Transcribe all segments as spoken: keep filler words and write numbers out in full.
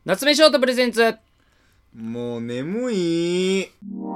夏目ショートプレゼンツ。 もう眠い。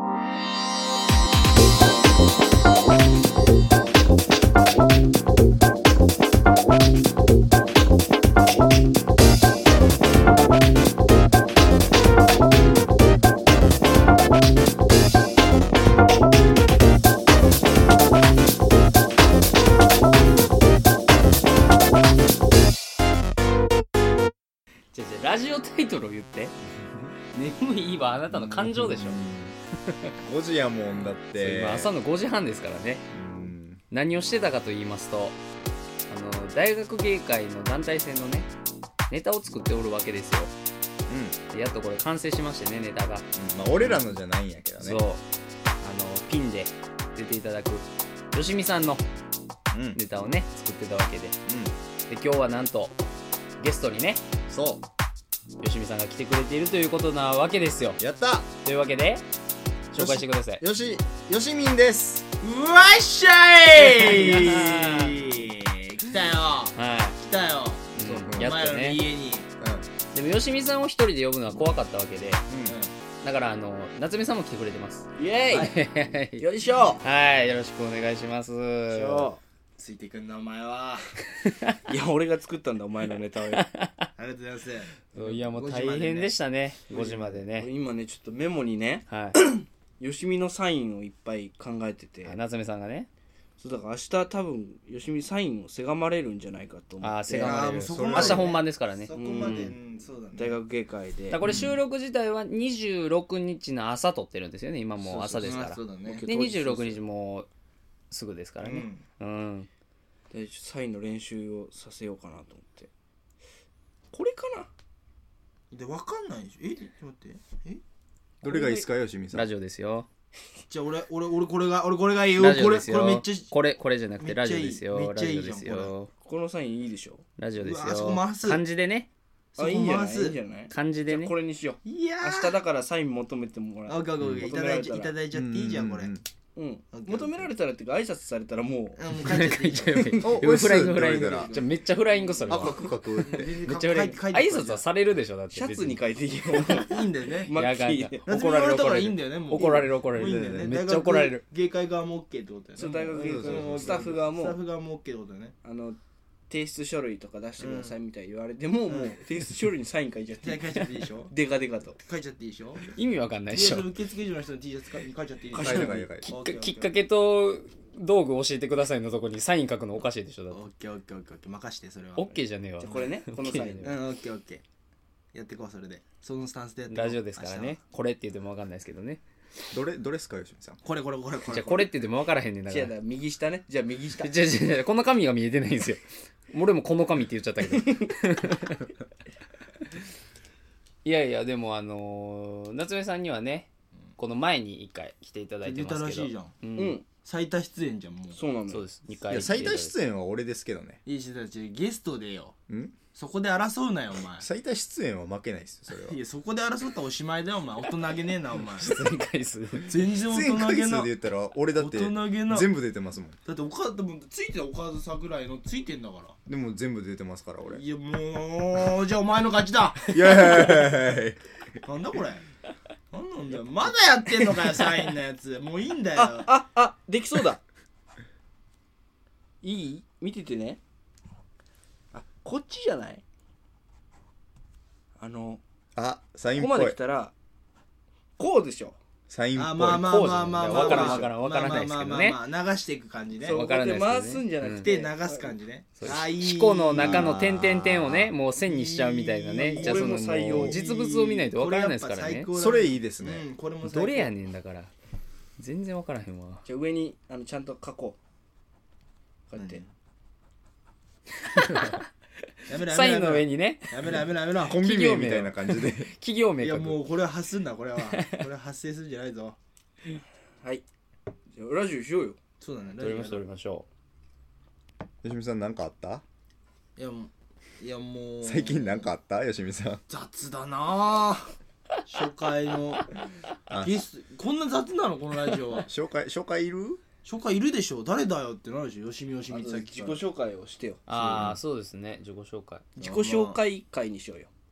じゃじゃラジオタイトルを言って。眠いはあなたの感情でしょ。 ごじやもんだって今朝のごじはんですからね。うん、何をしてたかと言いますと、あの大学芸会の団体戦のねネタを作っておるわけですよ。うん、でやっとこれ完成しましてね、ネタが。 うん、まあ俺らのじゃないんやけどね。 そう、あのピンで出ていただくよしみさんのネタをね、うん、作ってたわけで、うん、で今日はなんとゲストにね、そうよしみさんが来てくれているということなわけですよ。 やった。 というわけで紹介してください。 よしよしみんです。 うわっしゃい来たよ、はい、来たよ、 うん、やっとね、お前らの家に、うん、でもよしみさんを一人で呼ぶのは怖かったわけで、うん、だからあの夏目さんも来てくれてます。イエーイ、はい、よいしょ。はい、よろしくお願いします。 ついてくんなお前は。 いや俺が作ったんだお前のネタを。ありがとうございます。 いやもう大変でしたね、ごじまでね。 今ねちょっとメモにね、はい、よしみのサインをいっぱい考えてて、 夏目さんがね、 そうだから明日多分よしみサインをせがまれるんじゃないかと思って。 ああ、せがまれる。明日本番ですからね。 そこまで、うん、そうだね。 大学芸会で。 だこれ収録自体はにじゅうろくにちの朝撮ってるんですよね。今もう朝ですから。 そうそうそう、ね、 でにじゅうろくにちもうすぐですからね。うん。うん、 でサインの練習をさせようかなと思って。これかな。 で分かんないでしょ。え、ちょっと待って。え、 どれがいいですかよしみさん。 ラジオですよ。 じゃあ俺俺俺これが俺これがいいよ。 ラジオですよ。 これこれめっちゃこれこれじゃなくてラジオですよ。 めっちゃいいラジオですよ。 このサインいいでしょ。 ラジオですよ。 あそこ回す。 漢字でね。 あ、いいんじゃない。いいんじゃない。 漢字でね。 これにしよう。 いや明日だからサイン求めてもらう。 オッケーオッケー、いただいちゃいただいちゃっていいじゃんこれ。 うん、求められたらっていうか挨拶されたらもう、うん、もう書いちゃう。フライングフライング。じゃめっちゃフライングそれは。 あ、書く書くって。 めっちゃフライング。挨拶はされるでしょだって。 シャツに書いていいよ。 いいんだよね。 マッキー。 怒られる怒られる。いいんだよね。 怒られる怒られる。めっちゃ怒られる。 芸会側も OK ってことだよね。 そう大学芸会のスタッフ側もスタッフ側も OK ってことだよね。 あの提出書類とか出してくださいみたいに言われても、もう提出書類にサイン書いちゃって書いちゃっていいでしょ。 デカデカと書いちゃっていいでしょ。 意味わかんないでしょ。 受付所の人の T シャツに書いちゃっていいでしょ。 書いてきっかけと道具教えてくださいのとこにサイン書くのおかしいでしょ。だって。 オッケーオッケーオッケーオッケー、任してそれは。 オッケーじゃねえわ。 これね、このサイン。 うん、オッケーオッケー。やってこうそれで。そのスタンスでやってこう。 ラジオですからね。これって言ってもわかんないですけどね。 どれどれですかよしみさん。 これこれこれこれ。 じゃこれって言ってもわからへんねんだから。 じゃあ右下ね。じゃあ右下。 じゃじゃこの紙が見えてないんですよ。俺もこの紙って言っちゃったけど。いやいやでもあのー、夏目さんにはね、この前にいっかい来ていただいてますけど。 出たらしいじゃん。 うん。 うん、最多出演じゃんもう。 そうなんだ。 そうです。にかい。 いや最多出演は俺ですけどね。 いい人たちゲストでよ。 ん？ そこで争うなよお前。 最多出演は負けないですよそれは。 いやそこで争ったらおしまいだよお前。大人げねえなお前。 出演回数全然大出演回人げな。 数で言ったら俺だって大人げな全部出てますもん。 だっておかでもついてたおかずさぐらいのついてんだから。 でも全部出てますから俺。 いやもうじゃあお前の勝ちだ。 イエーイ。 なんだこれ。なんなんだよ。まだやってんのかよサインのやつ。もういいんだよ。 あああできそうだ。いい？見ててね。あ、こっちじゃない？あのあ、サインっここぽい。 まで来たらこうでしょ。 サインっぽい。 あ、まあまあまあまあまあわからんわからんわからないですけどね。 まあまあまあ流していく感じね。 そう、 わからないですけどね。 回すんじゃなくでて流す感じね。 あ、いい。四股の中の点々点をね、もう線にしちゃうみたいなね。じゃあそのもう実物を見ないとわからないですからね。 それいいですね。 うん、これもどれやねんだから。全然わからへんわ。 じゃあ上にあのちゃんと書こう。こうやって。 やめろサインの上にね。 やめろやめろやめろ。 コンビ名みたいな感じで。 企業名いや書く。 もうこれは発すんだこれは。これは発生するんじゃないぞ。 はい。じゃあラジオしようよ。 そうだね。 撮りましょう撮りましょう。よしみさんなんかあった？ いやもういやもう最近なんかあったよしみさん。 雑だなぁ。初回のゲストこんな雑なのこのラジオは。 紹介紹介いる？ 初回いるでしょ。誰だよってなるでしょ。よしみよしみってさっき自己紹介をしてよ。 う。ああそうですね、自己紹介。 自己紹介会にしようよ。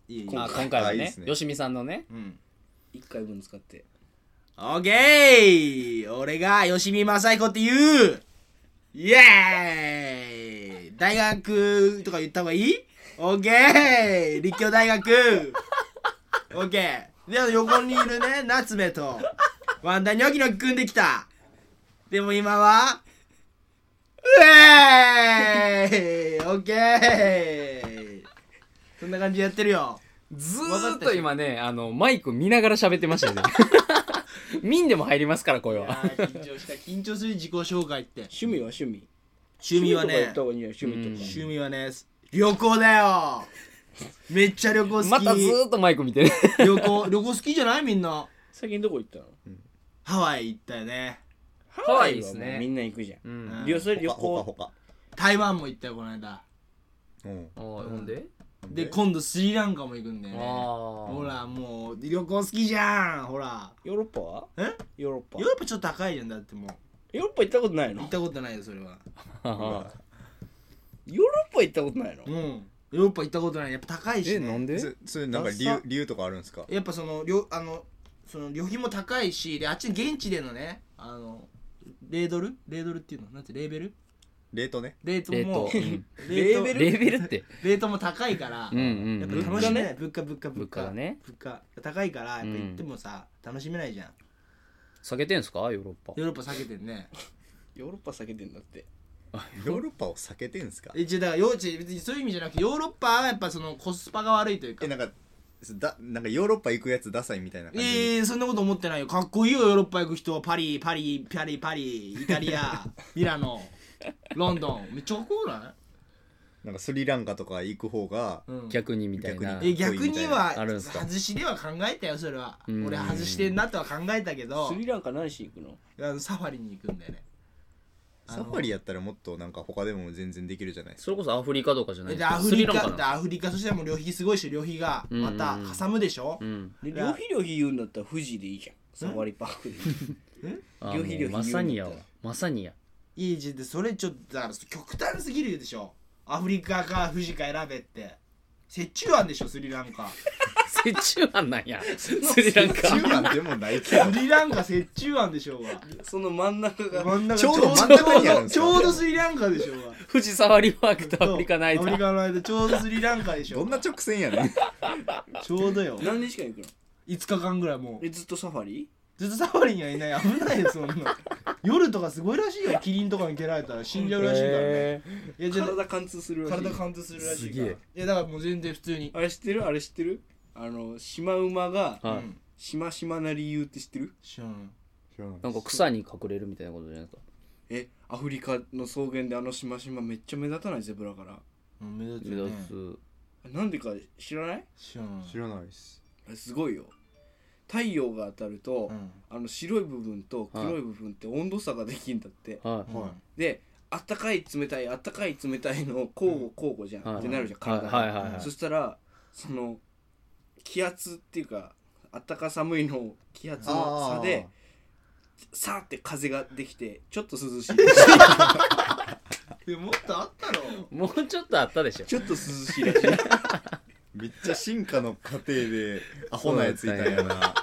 いいあ今回はねあいいですねよしみさんのねうんいっかいぶん使ってオッケー俺が吉見正彦って言うイエーイ大学とか言った方がいいオッケー立教大学オッケーで横にいるね夏目とワンダニョキニョキ組んできたでも今はうえーいオッケーそんな感じでやってるよずーっと今ねあのマイク見ながら喋ってましたよね見んでも入りますから声いやはー緊張した緊張する自己紹介って趣味は趣味趣味はね趣味とか言った方がいいんじゃない趣味とか趣味はね旅行だよめっちゃ旅行好きまたずーっとマイク見てる旅行旅行好きじゃないみんな最近どこ行ったのハワイ行ったよねハワイですねはもうみんな行くじゃんうん旅それ旅ほかほか行ほか台湾も行ったよこの間うんあーほんでで今度スリランカも行くんだよねあーほらもう旅行好きじゃんほらヨーロッパはえヨーロッパヨーロッパちょっと高いじゃんだってもうヨーロッパ行ったことないの行ったことないよそれはあヨーロッパ行ったことないのうんヨーロッパ行ったことないやっぱ高いしねえなんでそそれなんか理ダサ由理由とかあるんですかやっぱその旅あのその旅費も高いしであっち現地でのねあのレードルレードルっていうのなんてレーベルレートねレートレーもトうんレートレーベルってレートも高いからうんうんやっうんぱ楽しめない物価物価物価物価がね物価高いからやっぱ行ってもさ楽しめないじゃん下げてんすかヨーロッパヨーロッパ避けてんねヨーロッパ避けてんだってヨーロッパを避けてんすか一応だから幼稚別にそういう意味じゃなくてヨーロッパはやっぱそのコスパが悪いというかえなんかだなんかヨーロッパ行くやつダサいみたいな感じでええー、そんなこと思ってないよかっこいいよヨーロッパ行く人パリパリパリパリイタリアミラノロンドンめっちゃかっこよくないなんかスリランカとか行く方がうん逆にみたいな逆にえ逆にはあるんすか外しでは考えたよそれはうん俺外してんなとは考えたけどスリランカ何しに行くのあのサファリに行くんだよねサファリやったらもっとなんか他でも全然できるじゃないですそれこそアフリカとかじゃないでですかアフリカスリランカなでアフリカそしたらもう旅費すごいし旅費がまたかさむでしょ、 うんで旅費旅費言うんだったら富士でいいじゃんサファリパークであ旅費旅費もうまさにやわ言うんだっまさにやいいじゃんでそれちょっとだから極端すぎるでしょアフリカか富士か選べって折衷案でしょスリランカ折衷案なんやスリランカ中なんでもないけどスリランカ折衷案でしょうがその真ん中が真ん中ちょうど真ん中にあるんですかちょうどスリランカでしょうが富士サファリパークとアフリカの間アフリカの間ちょうどスリランカでしょどんな直線やねんちょうどよ何日間行くのいつかかんぐらいもうえずっとサファリずっとサファリにはいない危ないよそんな夜とかすごいらしいよキリンとかに蹴られたら死んじゃうらしいからね、 へいやじゃあ体貫通するらしい体貫通するらしいからすげえいやだからもう全然普通にあれ知ってるあれ知ってるあのシマウマがーはいうんしましまな理由って知ってる知らない知らないなんか草に隠れるみたいなことじゃないですかえアフリカの草原であのしましまめっちゃ目立たないゼブラからうん目立つ目よね立つなんでか知らない知らない知らないですあれすごいよ太陽が当たると、 うんあの白い部分と黒い部分って温度差ができんだって、 はいはであったかい冷たいあったかい冷たいの交互交互じゃん、 はいってなるじゃん体が、 はいはいはいはいそしたらその気圧っていうかあったか寒いの気圧の差でさーって風ができてちょっと涼しいいもっとあったろもうちょっとあったでしょちょっと涼しいらしいめっちゃ進化の過程でアホなやついたんやな確か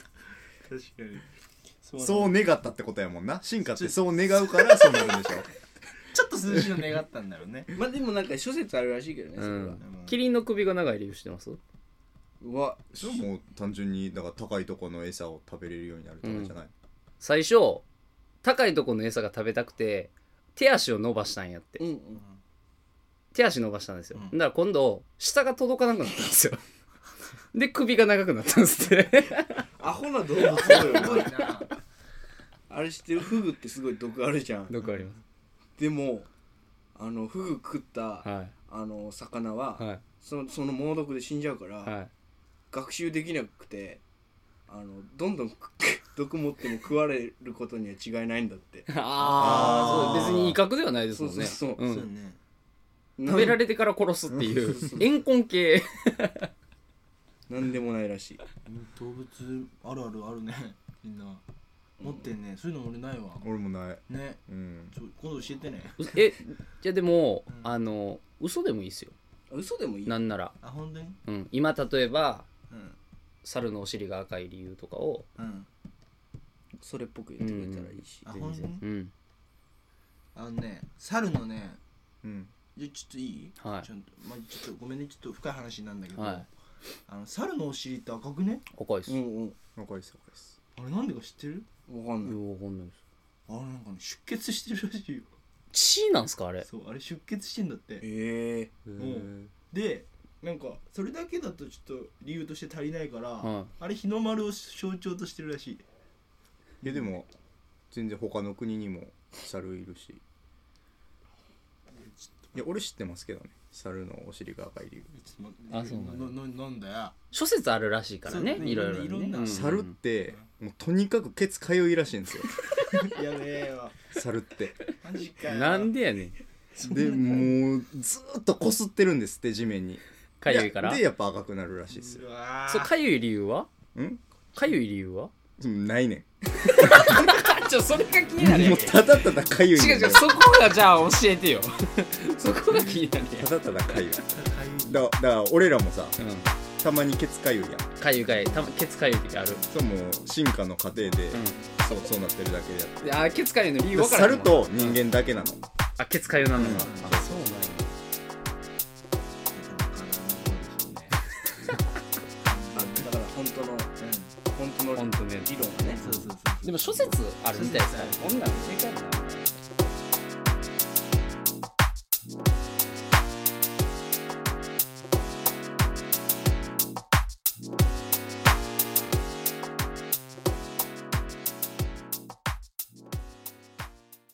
にそう願ったってことやもんな進化ってそう願うからそうなるんでしょちょっと涼しいの願ったんだろうねまあでもなんか諸説あるらしいけどね、 うそれはんキリンの首が長い理由知ってますうわそれはもう単純にだから高いとこの餌を食べれるようになるためじゃない、 最初高いとこの餌が食べたくて手足を伸ばしたんやってうんうん手足伸ばしたんですよ、 うんだから今度下が届かなくなったんですよで首が長くなったんですってアホな動物だよすごいななあれ知ってるフグってすごい毒あるじゃんどこありまでもあのフグ食った、 はあの魚は、 いはいそのその猛毒で死んじゃうから、 はい学習できなくてあのどんどん毒持っても食われることには違いないんだってあああーそう別に威嚇ではないですもんねそうそううんそうね食べられてから殺すっていう怨恨系なんでもないらしい動物あるあるあるねみんな持ってんねそういうの俺ないわ俺もないねうんちょ今度教えてねうえじゃあでも、 うんあの嘘でもいいですよ嘘でもいい。 なんなら、 あ本当にうん、今例えばうん猿のお尻が赤い理由とかを、 うんそれっぽく言ってくれたらいいし、 あ本当にうんあのね猿のねうんじゃちょっといいはいちょっと、まあ、ちょっとごめんねちょっと深い話なんだけど、 はいあの猿のお尻って赤くね赤いっす、 うんうん若いです若いですあれなんでか知ってるわかんない。 ようわかんないです。 あれなんかね出血してるらしいよ血なんすかあれ。 そうあれ出血してんだってええんでなんかそれだけだとちょっと理由として足りないから、 はいあれ日の丸を象徴としてるらしい。 いやでも全然他の国にも猿いるし、いや俺知ってますけどね、猿のお尻が赤い理由。 あそうなんだなななんだよ諸説あるらしいからね、 そうねいろいろいろんなね。 猿ってもうとにかくケツかゆいらしいんですよやべえわ猿ってマジかよなんでやねん。 でもうずーっとこすってるんですって地面に。 かゆいから。 でやっぱ赤くなるらしいですよ。 うわーそうかゆい理由は？ んかゆい理由は？ うんないねちょそれが気になるん。もうただただかゆいねん違う違う、そこがじゃあ教えてよそこが気になるやん。 ただただかゆいかゆいだだから俺らもさうん、 たまにケツかゆいやん。 かゆいかゆい、たまケツかゆい時ある。 それもう進化の過程で、 うそうそうなってるだけであってん。で、あ、ケツかゆいの理由分からへんもん。 猿と人間だけなの。 あ、ケツかゆなのが。 うんあ、そうなんや。 だから本当の本当のほんとね。 理論がね。 そうそうそうでも諸説あるみたいですから、こんなん正解もない。